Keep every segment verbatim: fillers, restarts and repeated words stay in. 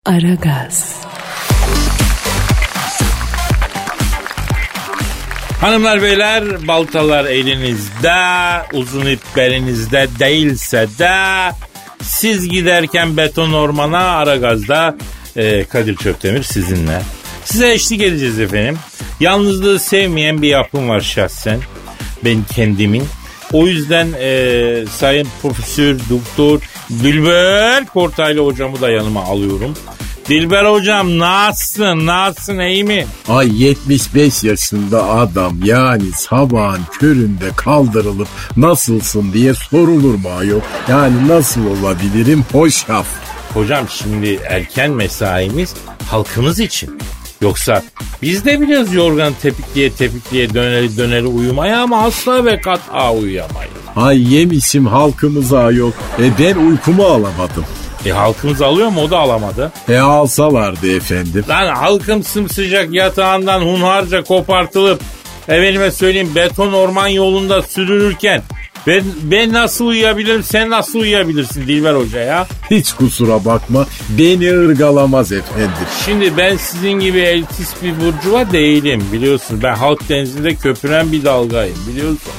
Aragaz. Hanımlar beyler, baltalar elinizde, uzun ip belinizde değilse de siz giderken beton ormana, Aragaz'da e, Kadir Çöptemir sizinle. Size eşlik edeceğiz efendim. Yalnızlığı sevmeyen bir yapım var şahsen, ben kendimin. O yüzden e, Sayın Profesör Doktor Dilber Kortaylı hocamı da yanıma alıyorum. Dilber hocam nasılsın? Nasılsın, iyi mi? Ay yetmiş beş yaşında adam yani sabahın köründe kaldırılıp nasılsın diye sorulur mu ayol? Yani nasıl olabilirim? Hoşaf. Hocam şimdi erken mesaimiz halkımız için. Yoksa biz de biliyoruz yorgan tepikliye tepikliye döneri döneri uyumaya ama asla ve kat'a uyuyamayız. Ay yemişim halkımıza ayol. E ben uykumu alamadım. E halkımız alıyor mu? O da alamadı. E alsalardı efendim. Lan halkım sımsıcak yatağından hunharca kopartılıp efendime söyleyeyim beton orman yolunda sürünürken ben, ben nasıl uyuyabilirim, sen nasıl uyuyabilirsin Dilber Hoca ya? Hiç kusura bakma, beni ırgalamaz efendim. Şimdi ben sizin gibi elitist bir burcuva değilim biliyorsunuz. Ben halk denizinde köpüren bir dalgayım biliyorsun.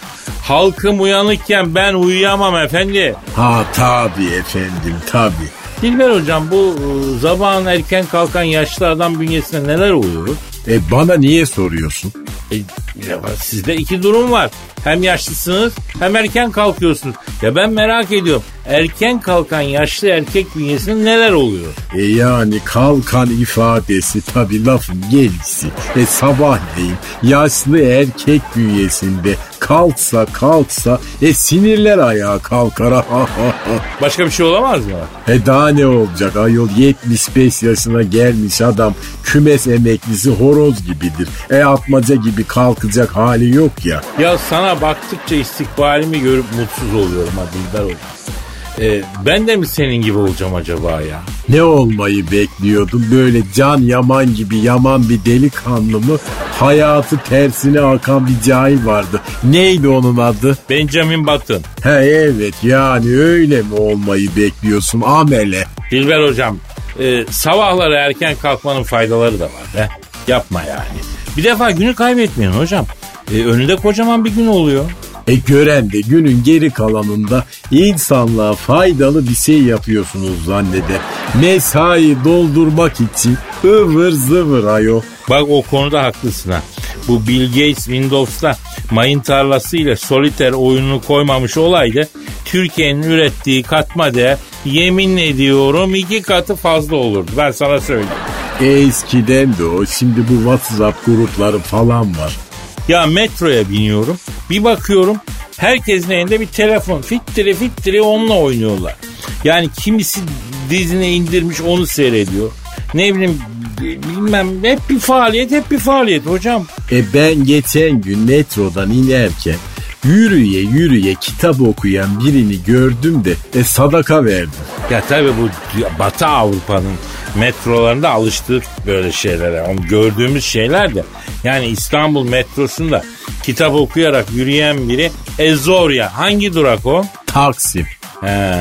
Halkım uyanıkken ben uyuyamam efendi. Ha tabii efendim tabii. Dilber hocam bu sabahın erken kalkan yaşlı adam bünyesinde neler oluyor? E bana niye soruyorsun? E, sizde iki durum var. Hem yaşlısınız hem erken kalkıyorsunuz. Ya ben merak ediyorum. Erken kalkan yaşlı erkek bünyesinde neler oluyor? E yani kalkan ifadesi tabii lafın gelişi. E sabahleyin yaşlı erkek bünyesinde kalksa kalksa e sinirler ayağa kalkar. Başka bir şey olamaz mı? E daha ne olacak ayol, yetmiş beş yaşına gelmiş adam kümes emeklisi horoz gibidir. E atmaca gibi kalkacak hali yok ya. Ya sana baktıkça istikbalimi görüp mutsuz oluyorum ha Dilber hocam. Ee, ben de mi senin gibi olacağım acaba ya? Ne olmayı bekliyordun? Böyle can yaman gibi yaman bir delikanlı mı? Hayatı tersine akan bir cahil vardı. Neydi onun adı? Benjamin Button. He evet, yani öyle mi olmayı bekliyorsun amele? Dilber hocam e, sabahları erken kalkmanın faydaları da var be. Yapma yani. Bir defa günü kaybetmeyin hocam. E, önünde kocaman bir gün oluyor. E gören de günün geri kalanında insanlığa faydalı bir şey yapıyorsunuz zanneder. Mesai doldurmak için ıvır zıvır ayol. Bak o konuda haklısın ha. Bu Bill Gates Windows'ta mayın tarlası ile solitaire oyununu koymamış olaydı, Türkiye'nin ürettiği katma değer yemin ediyorum iki katı fazla olurdu. Ben sana söyleyeyim. Eskiden de o, şimdi bu WhatsApp grupları falan var. Ya metroya biniyorum, bir bakıyorum herkesin elinde bir telefon, fittiri fittiri onunla oynuyorlar. Yani kimisi dizine indirmiş onu seyrediyor. Ne bileyim bilmem, hep bir faaliyet hep bir faaliyet hocam. E ben geçen gün metrodan inerken yürüye yürüye kitap okuyan birini gördüm de e sadaka verdim. Ya tabii bu Batı Avrupa'nın metrolarında alıştık böyle şeylere. Onu gördüğümüz şeyler de. Yani İstanbul metrosunda kitap okuyarak yürüyen biri e zor ya. Hangi durak o? Taksim. He,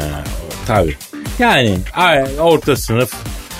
tabii. Yani orta sınıf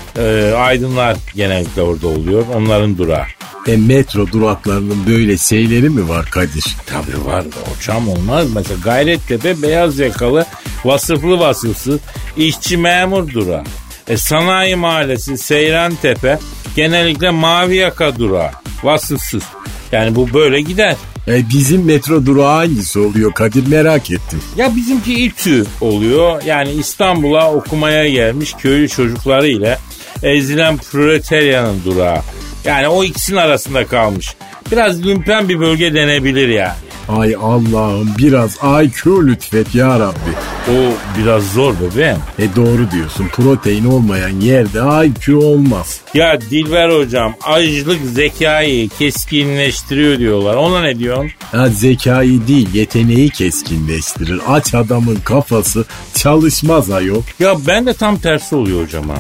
e, aydınlar genellikle orada oluyor. Onların durağı. E metro duraklarının böyle şeyleri mi var Kadir? Tabii var hocam, olmaz. Mesela Gayrettepe beyaz yakalı vasıflı vasıfsız işçi memur durağı. E Sanayi Mahallesi Seyrantepe genellikle mavi yaka durağı, vasıfsız. Yani bu böyle gider. E bizim metro durağı hangisi oluyor Kadir, merak ettim. Ya bizimki İTÜ oluyor. Yani İstanbul'a okumaya gelmiş köylü çocukları ile ezilen proletaryanın durağı. Yani o ikisinin arasında kalmış. Biraz lümpen bir bölge denebilir yani. Ay Allah'ım, biraz I Q lütfet ya Rabbi. O biraz zor bebeğim. E doğru diyorsun, protein olmayan yerde I Q olmaz. Ya Dilber hocam, açlık zekayı keskinleştiriyor diyorlar. Ona ne diyorsun? Ha, zekayı değil yeteneği keskinleştirir. Aç adamın kafası çalışmaz ayol. Ya ben de tam tersi oluyor hocam ha.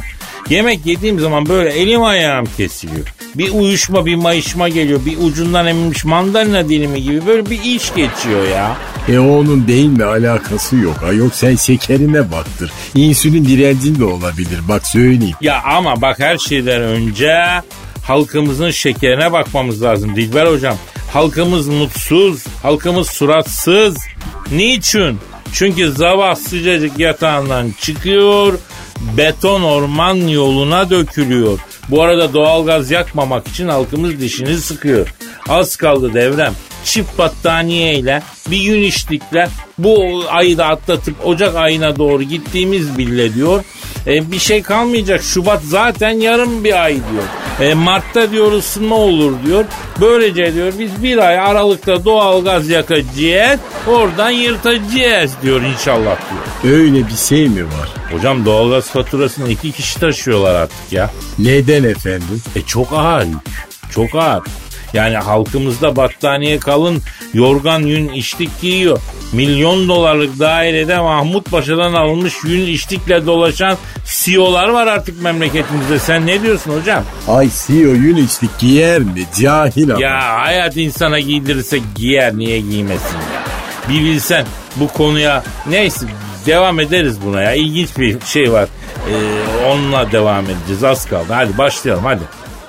Yemek yediğim zaman böyle elim ayağım kesiliyor. Bir uyuşma bir mayışma geliyor. Bir ucundan emilmiş mandalina dilimi gibi böyle bir iş geçiyor ya. E onun beyinle alakası yok. Ayol sen şekerine baktır. İnsülin direncin de olabilir bak söyleyeyim. Ya ama bak her şeyden önce halkımızın şekerine bakmamız lazım Dilber hocam. Halkımız mutsuz, halkımız suratsız. Niçin? Çünkü sabah sıcacık yatağından çıkıyor, beton orman yoluna dökülüyor. Bu arada doğalgaz yakmamak için halkımız dişini sıkıyor. Az kaldı devrem. Çift battaniyeyle, bir gün içtikle bu ayı da atlatıp Ocak ayına doğru gittiğimiz bile diyor. E, bir şey kalmayacak. Şubat zaten yarım bir ay diyor. E, Mart'ta diyor ısınma olur diyor. Böylece diyor biz bir ay Aralık'ta doğalgaz yakacağız. Oradan yırtacağız diyor inşallah diyor. Öyle bir şey mi var? Hocam doğalgaz faturasını iki kişi taşıyorlar artık ya. Neden efendim? E çok ağır yük. Çok ağır. Yani halkımızda battaniye kalın, yorgan yün içlik giyiyor. Milyon dolarlık dairede Mahmut Paşa'dan alınmış yün içlikle dolaşan C E O'lar var artık memleketimizde. Sen ne diyorsun hocam? Ay C E O yün içlik giyer mi? Cahil adam. Ya hayat insana giydirirse giyer, niye giymesin ya? Bir bilsen bu konuya, neyse devam ederiz buna ya. İlginç bir şey var. Ee, onunla devam edeceğiz, az kaldı. Hadi başlayalım hadi.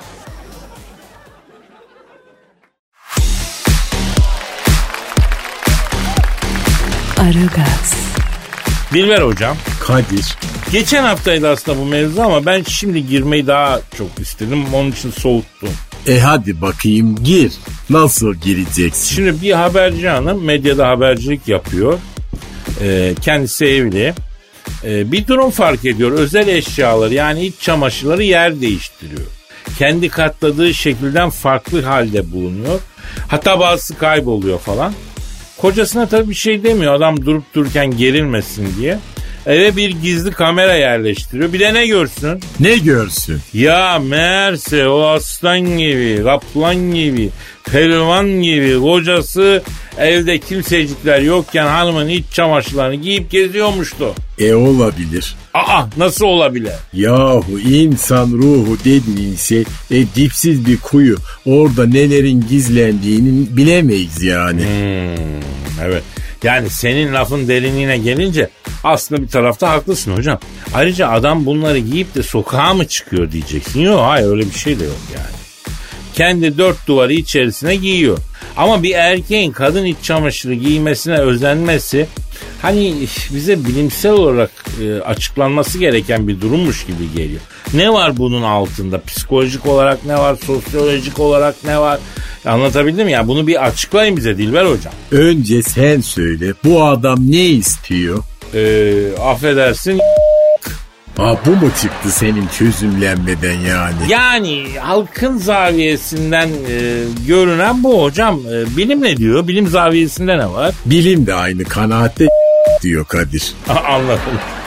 Aragaz. Dilber hocam. Kadir. Geçen haftaydı aslında bu mevzu ama ben şimdi girmeyi daha çok istedim. Onun için soğuttum. E hadi bakayım gir. Nasıl gireceksin? Şimdi bir haberci hanım medyada habercilik yapıyor. Ee, kendisi evli. Ee, bir durum fark ediyor. Özel eşyaları yani iç çamaşırları yer değiştiriyor. Kendi katladığı şekilden farklı halde bulunuyor. Hatta bazısı kayboluyor falan. Kocasına tabii bir şey demiyor. Adam durup dururken gerilmesin diye. Eve bir gizli kamera yerleştiriyor. Bir de ne görsün? Ne görsün? Ya meğerse o aslan gibi, kaplan gibi, pelvan gibi kocası evde kimsecikler yokken hanımın iç çamaşırlarını giyip geziyormuştu. E olabilir. Aa nasıl olabilir? Yahu insan ruhu dediğin şey e, dipsiz bir kuyu. Orada nelerin gizlendiğini bilemeyiz yani. Hmm, evet. Yani senin lafın derinliğine gelince aslında bir tarafta haklısın hocam. Ayrıca adam bunları giyip de sokağa mı çıkıyor diyeceksin. Yok hayır öyle bir şey de yok yani. Kendi dört duvarı içerisine giyiyor. Ama bir erkeğin kadın iç çamaşırı giymesine özenmesi hani bize bilimsel olarak e, açıklanması gereken bir durummuş gibi geliyor. Ne var bunun altında? Psikolojik olarak ne var? Sosyolojik olarak ne var? Anlatabildim mi? Ya bunu bir açıklayın bize Dilber hocam. Önce sen söyle. Bu adam ne istiyor? Ee, affedersin. Aa, bu mu çıktı senin çözümlenmeden yani? Yani halkın zaviyesinden e, görünen bu hocam. E, bilim ne diyor? Bilim zaviyesinde ne var? Bilim de aynı kanaatte diyor Kadir. Anladım.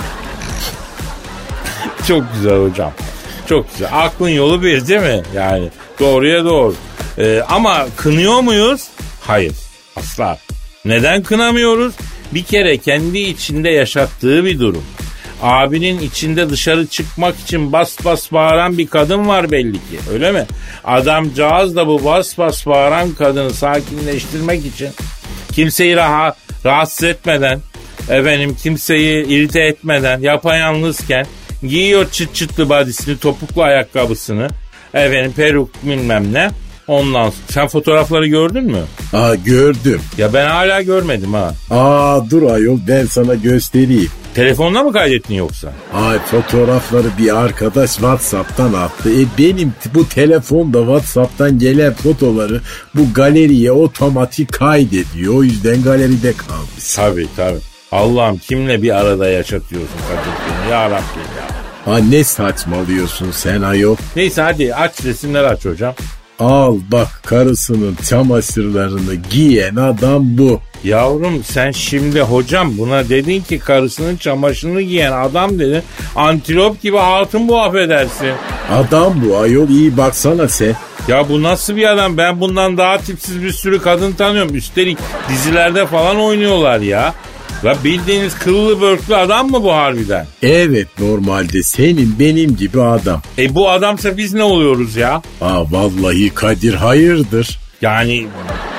Çok güzel hocam. Çok güzel. Aklın yolu bir değil mi? Yani doğruya doğru. E, ama kınıyor muyuz? Hayır. Asla. Neden kınamıyoruz? Bir kere kendi içinde yaşattığı bir durum. Abinin içinde dışarı çıkmak için bas bas bağıran bir kadın var belli ki. Öyle mi? Adamcağız da bu bas bas bağıran kadını sakinleştirmek için kimseyi rahat, rahatsız etmeden, efendim kimseyi irite etmeden yapayalnızken giyiyor çıt çıtlı badisini, topuklu ayakkabısını, efendim peruk bilmem ne. Ondan sonra. Sen fotoğrafları gördün mü? Aa gördüm. Ya ben hala görmedim ha. Aa dur ayol ben sana göstereyim. Telefonla mı kaydettin yoksa? Ay fotoğrafları bir arkadaş WhatsApp'tan attı. E benim bu telefonda WhatsApp'tan gelen fotoğrafları bu galeriye otomatik kaydediyor. O yüzden galeride kalmış. Tabii tabii. Allah'ım kimle bir arada yaşatıyorsun Kadir? Ya Rabbi ya. Ha ne saçmalıyorsun sen ayol? Neyse hadi aç resimleri aç hocam. Al bak karısının çamaşırlarını giyen adam bu. Yavrum sen şimdi hocam buna dedin ki karısının çamaşırını giyen adam dedin. Antilop gibi hatun bu affedersin. Adam bu ayol iyi baksana sen. Ya bu nasıl bir adam? Ben bundan daha tipsiz bir sürü kadın tanıyorum. Üstelik dizilerde falan oynuyorlar ya. La bildiğiniz kıllı börklü adam mı bu harbiden? Evet, normalde senin benim gibi adam. E bu adamsa biz ne oluyoruz ya? Aa vallahi Kadir hayırdır? Yani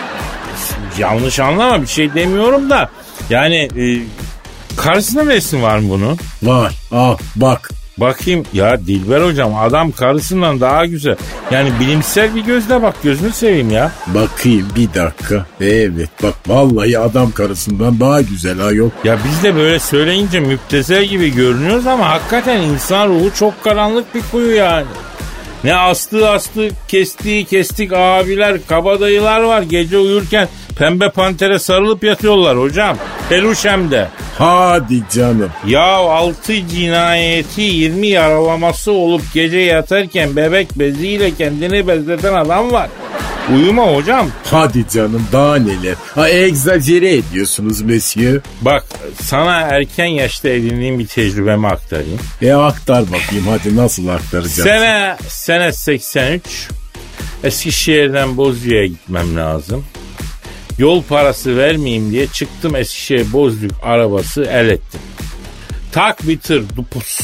yanlış anlama, bir şey demiyorum da. Yani e, karşısında resim var mı bunun? Var. Al bak. Bakayım ya Dilber hocam, adam karısından daha güzel. Yani bilimsel bir gözle bak, gözünü seveyim ya. Bakayım bir dakika. Evet bak vallahi adam karısından daha güzel ha yok. Ya biz de böyle söyleyince müptezel gibi görünüyoruz ama hakikaten insan ruhu çok karanlık bir kuyu yani. Ne astığı astık, kestiği kestik abiler, kabadayılar var. Gece uyurken pembe pantere sarılıp yatıyorlar hocam. Peluş hem de. Hadi canım. Ya altı cinayeti yirmi yaralaması olup gece yatarken bebek beziyle kendini bezleten adam var. Uyuma hocam. Hadi canım, daha neler. Ha egzajere ediyorsunuz monsieur. Bak sana erken yaşta edindiğim bir tecrübemi aktarayım. E aktar bakayım hadi, nasıl aktaracaksın? Sene, sene seksen üç. Eskişehir'den Bozüyük'e gitmem lazım. Yol parası vermeyeyim diye çıktım, Eskişehir Bozüyük arabası el ettim. Tak bir tır dupus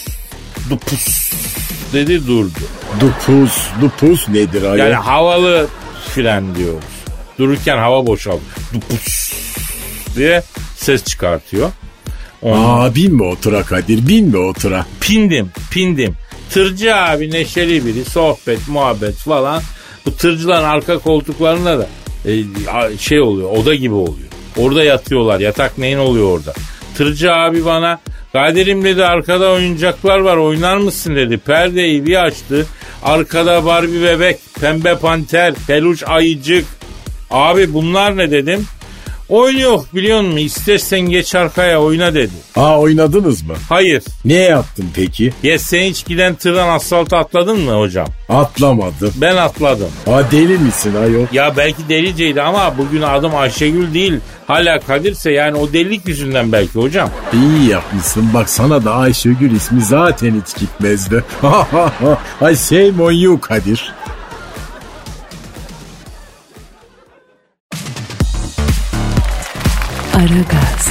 dupus dedi, durdu. Dupus, dupus nedir ayol? Yani havalı fren diyoruz. Dururken hava boşaldı. Dupus diye ses çıkartıyor. Ondan... Aa binme otura Kadir, binme otura. Pindim, pindim. Tırcı abi neşeli biri, sohbet, muhabbet falan. Bu tırcıların arka koltuklarında da e, şey oluyor, oda gibi oluyor. Orada yatıyorlar, yatak neyin oluyor orada. Tırcı abi bana, Kadir'im dedi, arkada oyuncaklar var, oynar mısın dedi. Perdeyi bir açtı. Arkada Barbie bebek, pembe panter, peluş ayıcık. Abi bunlar ne dedim. Oynuyor biliyor musun? İstersen geç arkaya oyna dedi. Aa oynadınız mı? Hayır. Ne yaptın peki? Ya sen hiç giden tırdan asfalta atladın mı hocam? Atlamadım. Ben atladım. Aa deli misin ayol? Ya belki deliceydi ama bugün adım Ayşegül değil. Hala Kadir'se yani o delilik yüzünden belki hocam. İyi yapmışsın. Bak sana da Ayşegül ismi zaten hiç gitmezdi. Ay shame on you Kadir. Aragaz.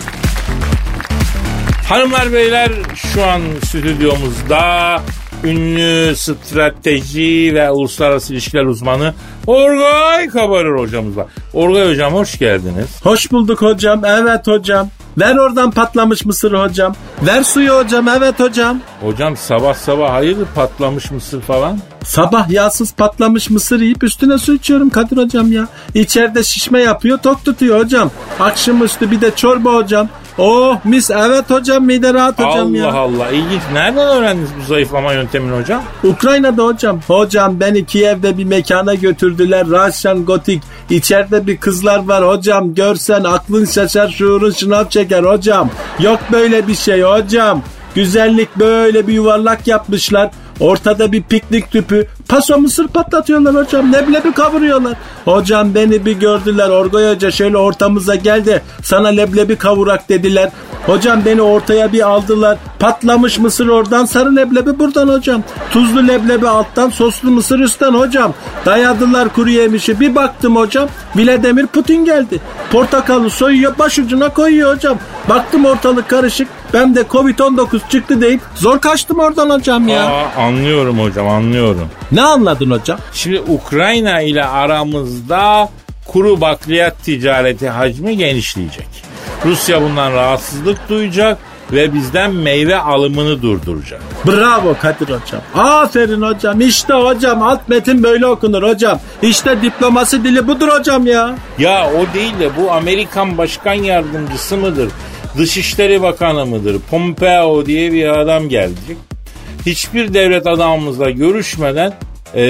Hanımlar beyler, şu an stüdyomuzda ünlü strateji ve uluslararası ilişkiler uzmanı Orgay Kabarır hocamız var. Orgay hocam hoş geldiniz. Hoş bulduk hocam. Evet hocam. Ver oradan patlamış mısır hocam. Ver suyu hocam. Evet hocam. Hocam sabah sabah hayırdır patlamış mısır falan? Sabah yağsız patlamış mısır yiyip üstüne su içiyorum Kadir hocam ya. İçeride şişme yapıyor, tok tutuyor hocam. Akşamüstü bir de çorba hocam. Oh mis, evet hocam, mide rahat hocam Allah ya. Allah Allah, ilginç. Nereden öğrendiniz bu zayıflama yöntemini hocam? Ukrayna'da hocam. Hocam beni Kiev'de bir mekana götürdüler. Russian Gothic. İçeride bir kızlar var hocam. Görsen aklın şaşar, şuurun şınav çeker hocam. Yok böyle bir şey hocam. Güzellik böyle bir yuvarlak yapmışlar. Ortada bir piknik tüpü. Paso mısır patlatıyorlar hocam. Leblebi kavuruyorlar. Hocam beni bir gördüler. Orgay Hoca şöyle ortamıza geldi. Sana leblebi kavurak dediler. Hocam beni ortaya bir aldılar. Patlamış mısır oradan, sarı leblebi buradan hocam. Tuzlu leblebi alttan, soslu mısır üstten hocam. Dayadılar kuru yemişi. Bir baktım hocam, Vladimir Putin geldi. Portakalı soyuyor, başucuna koyuyor hocam. Baktım ortalık karışık. Ben de covid on dokuz çıktı deyip zor kaçtım oradan hocam ya. Aa, anlıyorum hocam, anlıyorum. Ne anladın hocam? Şimdi Ukrayna ile aramızda kuru bakliyat ticareti hacmi genişleyecek. Rusya bundan rahatsızlık duyacak ve bizden meyve alımını durduracak. Bravo Kadir hocam. Aferin hocam. İşte hocam alt metin böyle okunur hocam. İşte diplomasi dili budur hocam ya. Ya o değil de bu Amerikan Başkan Yardımcısı mıdır? Dışişleri Bakanı mıdır? Pompeo diye bir adam gelecek. Hiçbir devlet adamımızla görüşmeden e,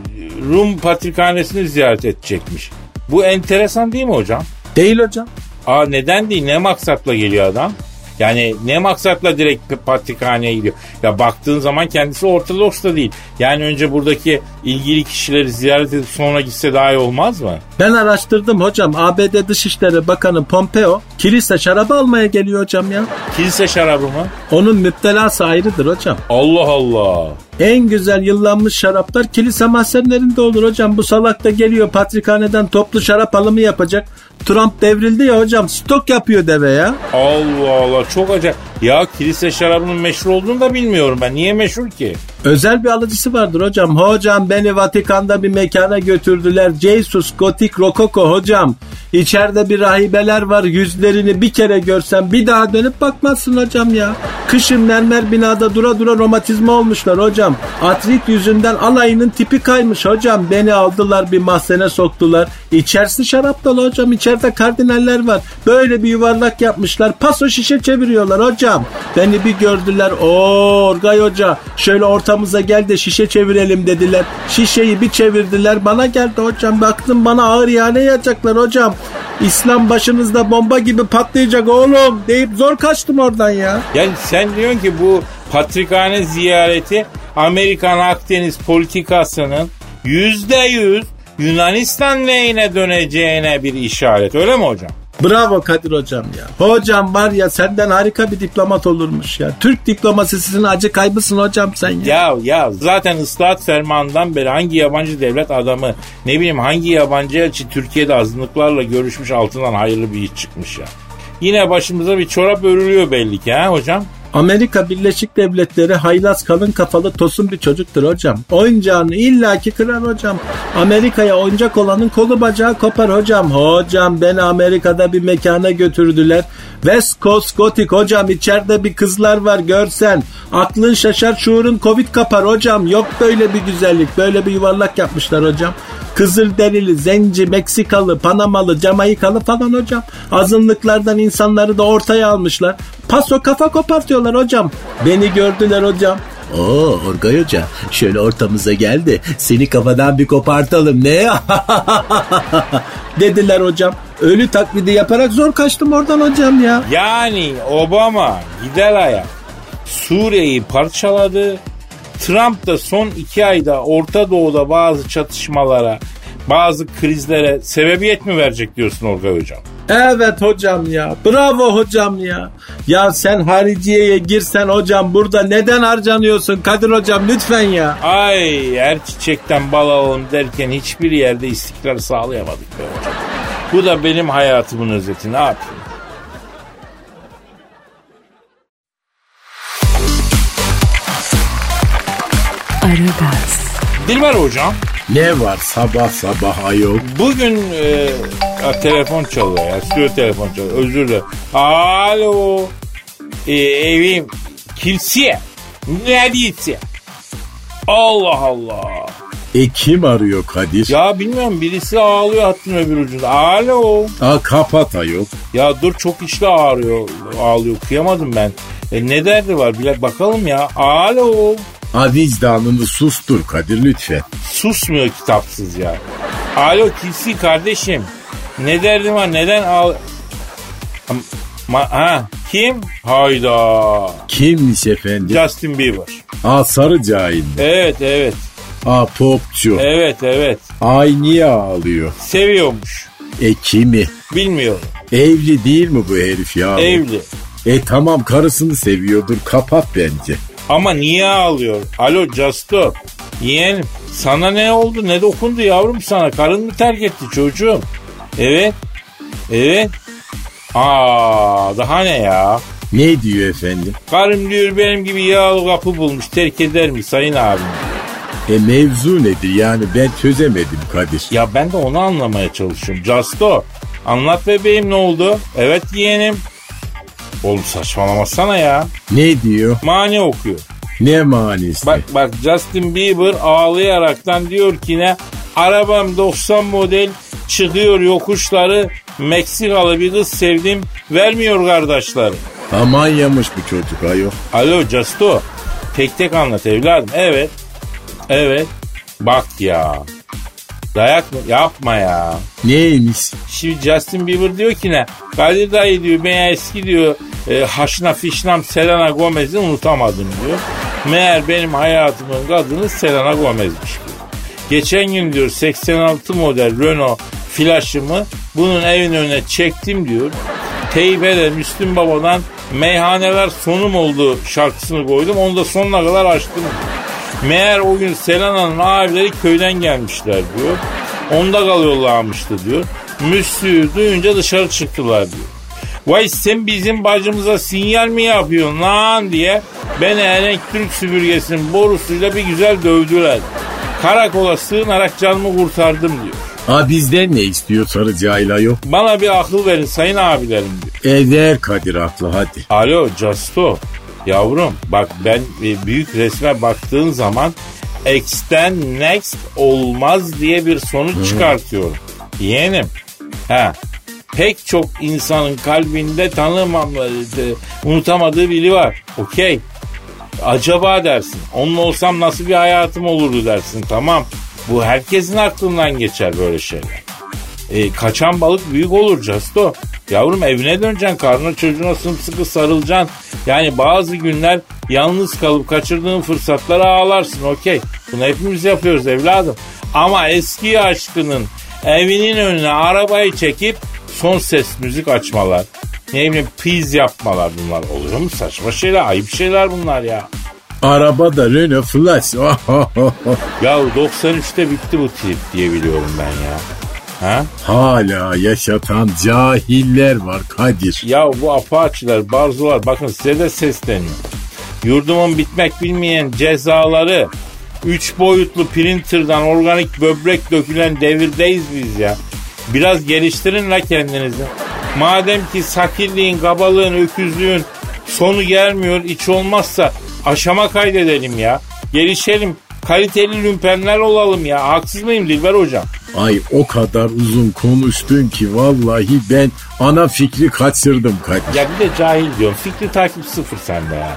Rum Patrikhanesi'ni ziyaret edecekmiş. Bu enteresan değil mi hocam? Değil hocam. Aa neden değil? Ne maksatla geliyor adam? Yani ne maksatla direkt patrikhaneye gidiyor? Ya baktığın zaman kendisi Ortodoks da değil. Yani önce buradaki ilgili kişileri ziyaret edip sonra gitse daha iyi olmaz mı? Ben araştırdım hocam. A B D Dışişleri Bakanı Pompeo kilise şarabı almaya geliyor hocam ya. Kilise şarabı mı? Onun müptelası ayrıdır hocam. Allah Allah. En güzel yıllanmış şaraplar kilise mahzenlerinde olur hocam. Bu salak da geliyor patrikhaneden toplu şarap alımı yapacak. Trump devrildi ya hocam, stok yapıyor deve ya. Allah Allah, çok acayip. Ya kilise şarabının meşhur olduğunu da bilmiyorum ben. Niye meşhur ki? Özel bir alıcısı vardır hocam. Hocam beni Vatikan'da bir mekana götürdüler. Jesus Gotik Rokoko hocam. İçeride bir rahibeler var. Yüzlerini bir kere görsen bir daha dönüp bakmazsın hocam ya. Kışın mermer binada dura dura romatizma olmuşlar hocam. Artrit yüzünden alayının tipi kaymış hocam. Beni aldılar bir mahzene soktular. İçerisi şarap dolu hocam. İçeride kardinaller var. Böyle bir yuvarlak yapmışlar. Paso şişe çeviriyorlar hocam. Beni bir gördüler. Ooo Orgay Hoca şöyle ortamıza gel de şişe çevirelim dediler. Şişeyi bir çevirdiler. Bana geldi hocam. Baktım bana ağır ihale yapacaklar hocam. İslam başınızda bomba gibi patlayacak oğlum deyip zor kaçtım oradan ya. Yani sen diyorsun ki bu patrikhane ziyareti Amerikan Akdeniz politikasının yüzde yüz Yunanistan lehine döneceğine bir işaret, öyle mi hocam? Bravo Kadir hocam ya. Hocam var ya senden harika bir diplomat olurmuş ya. Türk diplomasisinin acı kaybısın hocam sen ya. Ya ya zaten ıslahat fermanından beri hangi yabancı devlet adamı, ne bileyim hangi yabancı elçi Türkiye'de azınlıklarla görüşmüş, altından hayırlı bir iş çıkmış ya. Yine başımıza bir çorap örülüyor belli ki ha hocam. Amerika Birleşik Devletleri haylaz kalın kafalı tosun bir çocuktur hocam. Oyuncağını illaki kırar hocam. Amerika'ya oyuncak olanın kolu bacağı kopar hocam. Hocam beni Amerika'da bir mekana götürdüler. West Coast Gothic hocam, içeride bir kızlar var görsen. Aklın şaşar, şuurun Covid kapar hocam. Yok böyle bir güzellik, böyle bir yuvarlak yapmışlar hocam. Kızılderili, zenci, Meksikalı, Panamalı, Jamaikalı falan hocam. Azınlıklardan insanları da ortaya almışlar. Paso kafa kopartıyorlar hocam. Beni gördüler hocam. Oo Orgay Hoca şöyle ortamıza gel de seni kafadan bir kopartalım ne ya? Dediler hocam. Ölü taklidi yaparak zor kaçtım oradan hocam ya. Yani Obama gider ayak Suriye'yi parçaladı. Trump da son iki ayda Orta Doğu'da bazı çatışmalara, bazı krizlere sebebiyet mi verecek diyorsun Orgay Hocam? Evet hocam ya. Bravo hocam ya. Ya sen hariciyeye girsen hocam burada neden harcanıyorsun Kadir hocam lütfen ya. Ay her çiçekten bal alalım derken hiçbir yerde istikrar sağlayamadık be hocam. Bu da benim hayatımın özeti, ne yapayım? Aragaz. Dilber hocam. Ne var sabah sabah ayol? Bugün e, a, telefon çalıyor ya. Stüdyo telefon çalıyor. Özür dilerim. Alo. E, evim. Kimsiye? Ne diyorsun? Allah Allah. E kim arıyor Kadir? Ya bilmiyorum, birisi ağlıyor hattın öbür ucunda. Alo. Aa, kapat ayol. Ya dur, çok işle ağrıyor. Ağlıyor. Kıyamadım ben. E, ne derdi var? Bile bakalım ya. Alo. Ha, vicdanını sustur Kadir lütfen. Susmuyor kitapsız ya. Alo kimsin kardeşim? Ne derdin var? Neden ağ... Ma- ha kim? Hayda. Kimmiş efendim? Justin Bieber. Aa, sarı cahil mi? Evet evet. Aa, popçu. Evet evet. Ay niye ağlıyor? Seviyormuş. E kimi? Bilmiyorum. Evli değil mi bu herif ya? Evli. E tamam, karısını seviyordur, kapat bence. Ama niye ağlıyor? Alo Justo. Yeğenim sana ne oldu? Ne dokundu yavrum sana? Karın mı terk etti çocuğum? Evet. Evet. Aa, daha ne ya? Ne diyor efendim? Karım diyor benim gibi yağlı kapı bulmuş, terk eder mi sayın abim? E mevzu nedir yani, ben çözemedim Kadir. Ya ben de onu anlamaya çalışıyorum. Justo anlat bebeğim, ne oldu? Evet yeğenim. Oğlum saçmalamasana ya. Ne diyor? Mani okuyor. Ne manisi? Bak bak Justin Bieber ağlayaraktan diyor ki ne? Arabam doksan model, çıkıyor yokuşları, Meksikalı bir kız sevdim, vermiyor kardeşleri. Aman yamış bu çocuk ayol. Alo Justo, tek tek anlat evladım. Evet. Evet. Bak ya. Dayak mı? Yapma ya. Neymiş? Şimdi Justin Bieber diyor ki ne? Kadir dayı diyor, ben eski diyor e, haşna fişnam Selena Gomez'i unutamadım diyor. Meğer benim hayatımın kadını Selena Gomez'miş diyor. Geçen gün diyor seksen altı model Renault flaşımı bunun evin önüne çektim diyor. Teybe de Müslüm Baba'dan Meyhaneler Sonum Oldu şarkısını koydum. Onu da sonuna kadar açtım. Meğer o gün Selena'nın abileri köyden gelmişler diyor. Onda kalıyorlarmıştı diyor. Müslüğü duyunca dışarı çıktılar diyor. Vay sen bizim bacımıza sinyal mi yapıyorsun lan diye beni elektrik süpürgesinin borusuyla bir güzel dövdüler. Karakola sığınarak canımı kurtardım diyor. Ha bizden ne istiyor sarı cahil yok? Bana bir akıl verin sayın abilerim diyor. Eder Kadir aklı hadi. Alo Justo. Yavrum bak ben büyük resme baktığın zaman X'ten next olmaz diye bir sonuç hmm. çıkartıyorum. Yeğenim. Ha. Pek çok insanın kalbinde tanımam, unutamadığı biri var. Okey. Acaba dersin. Onunla olsam nasıl bir hayatım olurdu dersin. Tamam. Bu herkesin aklından geçer böyle şeyler. E, kaçan balık büyük olur Justo. Yavrum evine döneceksin, karnına çocuğuna sımsıkı sarılacaksın. Yani bazı günler yalnız kalıp kaçırdığın fırsatlara ağlarsın, okey. Bunu hepimiz yapıyoruz evladım. Ama eski aşkının evinin önüne arabayı çekip son ses müzik açmalar, ne bileyim piz yapmalar bunlar oluyor mu? Saçma şeyler, ayıp şeyler bunlar ya. Araba da Renault Flash. Ya doksan üçte bitti bu trip diye biliyorum ben ya. Ha? Hala yaşatan cahiller var Kadir. Ya bu apaçiler, barzular bakın size de sesleniyor. Yurdumun bitmek bilmeyen cezaları, üç boyutlu printer'dan organik böbrek dökülen devirdeyiz biz ya. Biraz geliştirin la kendinizi. Madem ki sakilliğin, kabalığın, öküzlüğün sonu gelmiyor, hiç olmazsa aşama kaydedelim ya. Gelişelim, kaliteli lümpenler olalım ya. Haksız mıyım Dilber hocam? Ay o kadar uzun konuştun ki vallahi ben ana fikri kaçırdım Kadir. Ya bir de cahil diyorum. Fikri takip sıfır sende ya.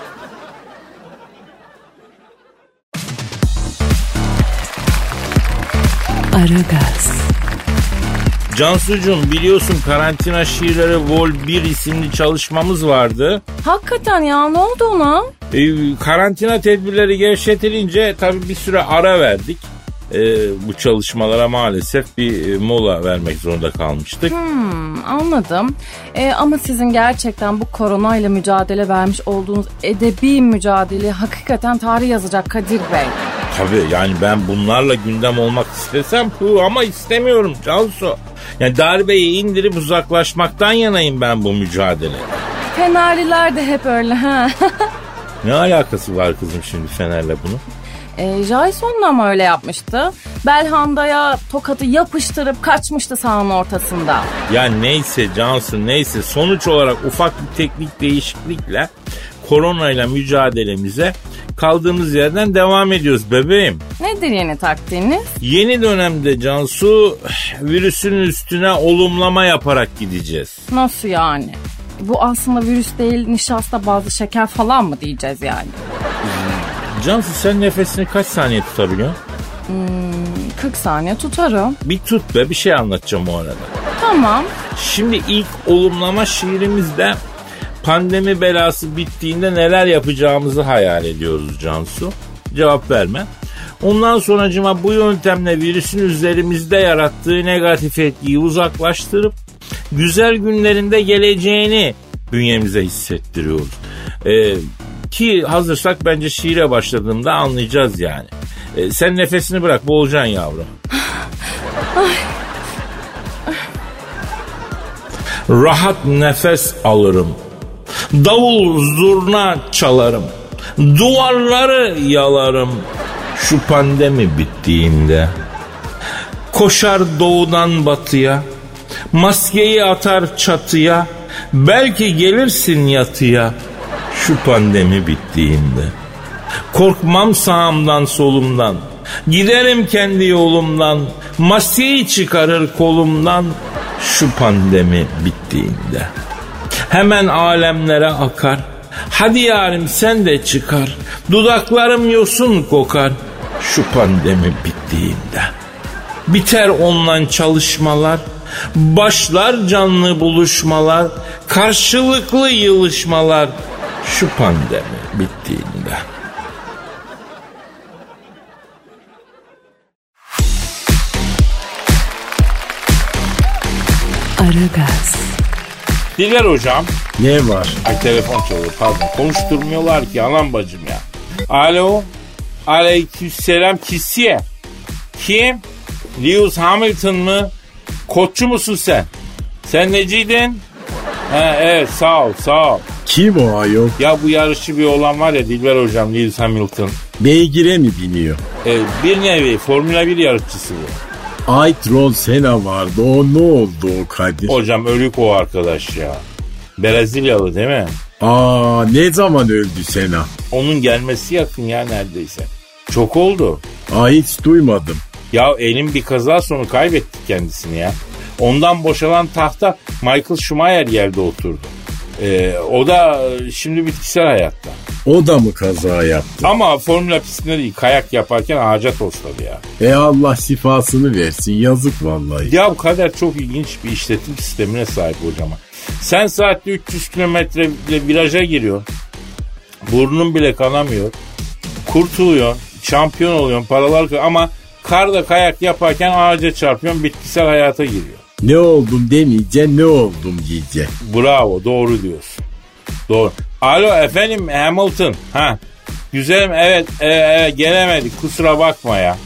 Aragaz. Cansucuğum biliyorsun karantina şiirleri Vol bir isimli çalışmamız vardı. Hakikaten ya ne oldu ona? Ee, karantina tedbirleri gevşetilince tabii bir süre ara verdik. Ee, bu çalışmalara maalesef bir mola vermek zorunda kalmıştık. Hmm, anladım. Ee, ama sizin gerçekten bu koronayla mücadele vermiş olduğunuz edebi mücadele hakikaten tarih yazacak Kadir Bey. Tabii yani ben bunlarla gündem olmak istesem hu ama istemiyorum Cansu. Yani darbeyi indirip uzaklaşmaktan yanayım ben bu mücadele. Fenerliler de hep öyle ha. Ne alakası var kızım şimdi Fener'le bunun? E, Jason'la mı öyle yapmıştı? Belhanda'ya tokatı yapıştırıp kaçmıştı sahanın ortasında. Ya neyse Cansu neyse sonuç olarak ufak bir teknik değişiklikle koronayla mücadelemize kaldığımız yerden devam ediyoruz bebeğim. Nedir yeni taktiğiniz? Yeni dönemde Cansu virüsün üstüne olumlama yaparak gideceğiz. Nasıl yani? Bu aslında virüs değil nişasta bazlı şeker falan mı diyeceğiz yani? Cansu sen nefesini kaç saniye tutabiliyorsun? Hmm, kırk saniye tutarım. Bir tut be bir şey anlatacağım o arada. Tamam. Şimdi ilk olumlama şiirimizde pandemi belası bittiğinde neler yapacağımızı hayal ediyoruz Cansu. Cevap verme. Ondan sonracıma bu yöntemle virüsün üzerimizde yarattığı negatif etkiyi uzaklaştırıp güzel günlerinde geleceğini bünyemize hissettiriyoruz. Ee, ki hazırsak bence şiire başladığımda anlayacağız yani. Ee, sen nefesini bırak boğulacaksın yavrum. Rahat nefes alırım. Davul zurna çalarım. Duvarları yalarım. Şu pandemi bittiğinde. Koşar doğudan batıya. Maskeyi atar çatıya. Belki gelirsin yatıya. Şu pandemi bittiğinde. Korkmam sağımdan solumdan. Giderim kendi yolumdan. Maskeyi çıkarır kolumdan. Şu pandemi bittiğinde. Hemen alemlere akar. Hadi yarim sen de çıkar. Dudaklarım yosun kokar. Şu pandemi bittiğinde. Biter online çalışmalar. Başlar canlı buluşmalar. Karşılıklı yılışmalar. Şu pandemi bittiğinde. Aragaz. Dilber hocam. Ne var? Ay telefon çalıyor pardon. Konuşturmuyorlar ki anam bacım ya. Alo. Aleykümselam kisiye. Kim? Lewis Hamilton mı? Koççu musun sen? Sen neciydin? Ha, evet sağ ol sağ ol. Kim o ayol? Ya bu yarışçı bir olan var ya Dilber hocam, Lewis Hamilton. Beygire mi biniyor? Ee, bir nevi Formula bir yarışçısı bu. Aytron Senna vardı. O ne oldu o Kadir? Hocam ölük o arkadaş ya. Brezilyalı değil mi? Aa, ne zaman öldü Senna? Onun gelmesi yakın ya neredeyse. Çok oldu. Aa, hiç duymadım. Ya elin bir kaza sonu kaybettik kendisini ya. Ondan boşalan tahta Michael Schumacher yerde oturdu. Ee, o da şimdi bitkisel hayatta. O da mı kaza yaptı? Ama Formula pistinde değil, kayak yaparken ağaca tosladı ya. E Allah şifasını versin, yazık vallahi. Ya bu kadar çok ilginç bir işletim sistemine sahip hocama. Sen saatte üç yüz kilometre viraja giriyorsun. Burnun bile kanamıyor. Kurtuluyorsun, şampiyon oluyorsun, paralar ama karda kayak yaparken ağaca çarpıyorsun, bitkisel hayata giriyor. Ne oldum demeyeceksin, ne oldum diyeceksin. Bravo, doğru diyorsun. Doğru. Alo efendim Hamilton. Ha. Güzelim evet, e, e, gelemedik kusura bakma ya.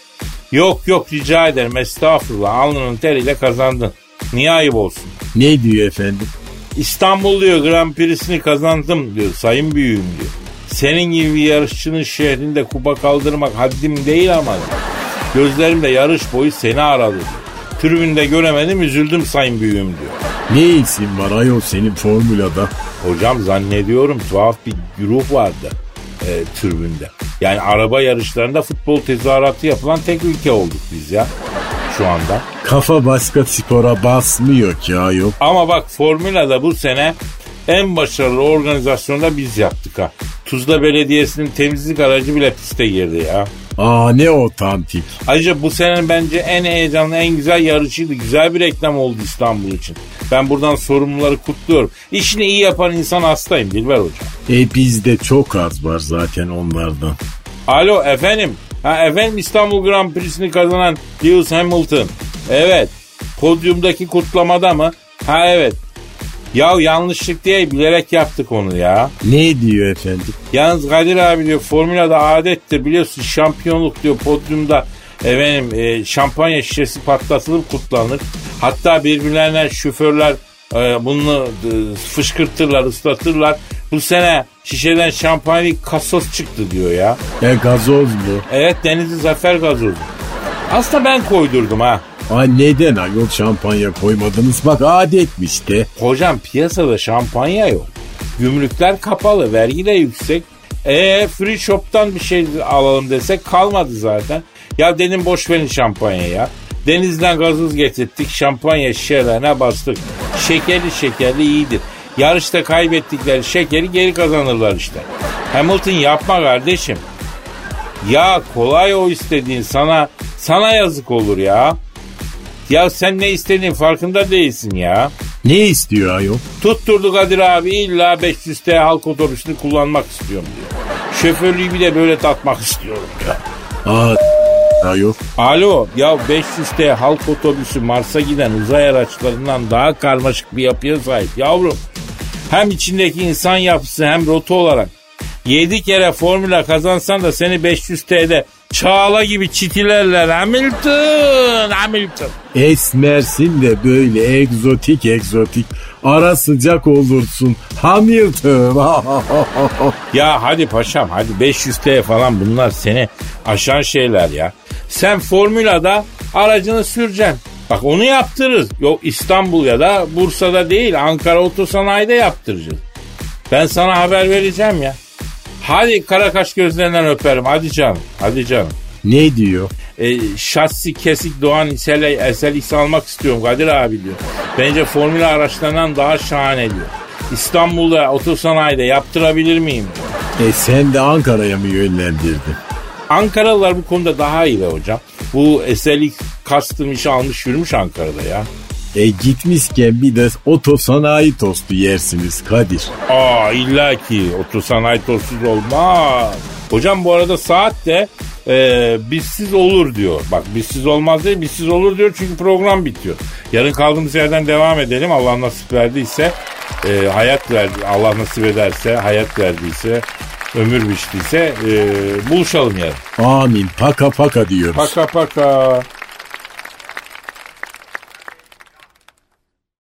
Yok yok rica ederim estağfurullah, alnının teriyle kazandın. Niye ayıp olsun? Ne diyor efendim? İstanbul diyor Grand Prix'sini kazandım diyor sayın büyüğüm diyor. Senin gibi bir yarışçının şehrinde kupa kaldırmak haddim değil ama diyor. Gözlerimde yarış boyu seni aradı diyor. Tribünde göremedim üzüldüm sayın büyüğüm diyor. Ne isim var ayol senin formülada? Hocam zannediyorum tuhaf bir güruh vardı e, tribünde. Yani araba yarışlarında futbol tezahüratı yapılan tek ülke olduk biz ya şu anda. Kafa başka spora basmıyor ki ayol. Ama bak Formula'da bu sene en başarılı organizasyonda biz yaptık ha. Tuzla Belediyesi'nin temizlik aracı bile piste girdi ya. Aa ne otantik. Ayrıca bu senenin bence en heyecanlı, en güzel yarışıydı. Güzel bir reklam oldu İstanbul için. Ben buradan sorumluları kutluyorum. İşini iyi yapan insan hastayım Dilber hocam. E bizde çok az var zaten onlardan. Alo efendim. Ha efendim İstanbul Grand Prix'sini kazanan Lewis Hamilton. Evet. Podyumdaki kutlamada mı? Ha evet. Ya yanlışlık diye bilerek yaptık onu ya. Ne diyor efendim? Yalnız Kadir abi diyor Formula'da adettir biliyorsun şampiyonluk diyor podyumda efendim e, şampanya şişesi patlatılıp kutlanır. Hatta birbirlerine şoförler e, bunu e, fışkırtırlar, ıslatırlar. Bu sene şişeden şampanya bir kasos çıktı diyor ya. E gazoz mu? Evet Denizli Zafer gazozu. Aslında ben koydurdum ha. Ay neden ayol şampanya koymadınız? Bak adetmiş de. Hocam piyasada şampanya yok. Gümrükler kapalı, vergi de yüksek. Eee free shop'tan bir şey alalım desek kalmadı zaten. Ya dedim boş verin şampanya ya. Denizden gazoz getirttik, şampanya şişelerine bastık. Şekerli şekerli iyidir. Yarışta kaybettikleri şekeri geri kazanırlar işte. Hamilton yapma kardeşim. Ya kolay o istediğin, sana sana yazık olur ya. Ya sen ne istediğin farkında değilsin ya. Ne istiyor ayol? Tutturdu Kadir abi illa beş yüz T halk otobüsünü kullanmak istiyorum diyor. Şoförlüğü bir de böyle tatmak istiyorum ya. Aa ayol. Alo ya beş yüz T halk otobüsü Mars'a giden uzay araçlarından daha karmaşık bir yapıya sahip yavrum. Hem içindeki insan yapısı hem rota olarak. Yedi kere formüla kazansan da seni beş yüz T'de çağla gibi çitilerler Hamilton, Hamilton. Esmersin de böyle egzotik egzotik ara sıcak olursun Hamilton. Ya hadi paşam hadi beş yüz T falan bunlar seni aşan şeyler ya. Sen formülada aracını süreceksin. Bak onu yaptırırız. Yok İstanbul ya da Bursa'da değil Ankara Otosanayi'de yaptıracağız. Ben sana haber vereceğim ya. Hadi kara kaş gözlerinden öperim. Hadi canım. Hadi canım. Ne diyor? E, şassi kesik Doğan S L X almak istiyorum Kadir abi diyor. Bence formüla araçlarından daha şahane diyor. İstanbul'da otosanayi'de yaptırabilir miyim diyor. E sen de Ankara'ya mı yönlendirdin? Ankaralılar bu konuda daha iyi be hocam. Bu S L X custom işi almış yürümüş Ankara'da ya. E gitmişken bir de otosanayi tostu yersiniz Kadir. Aa illa ki otosanayi tostsuz olmaz. Hocam bu arada saat de e, bizsiz olur diyor. Bak bizsiz olmaz değil bizsiz olur diyor çünkü program bitiyor. Yarın kaldığımız yerden devam edelim. Allah nasip verdiyse e, hayat verdi. Allah nasip ederse hayat verdiyse ömür biçtiyse e, buluşalım yarın. Amin. Paka paka diyoruz. Paka paka.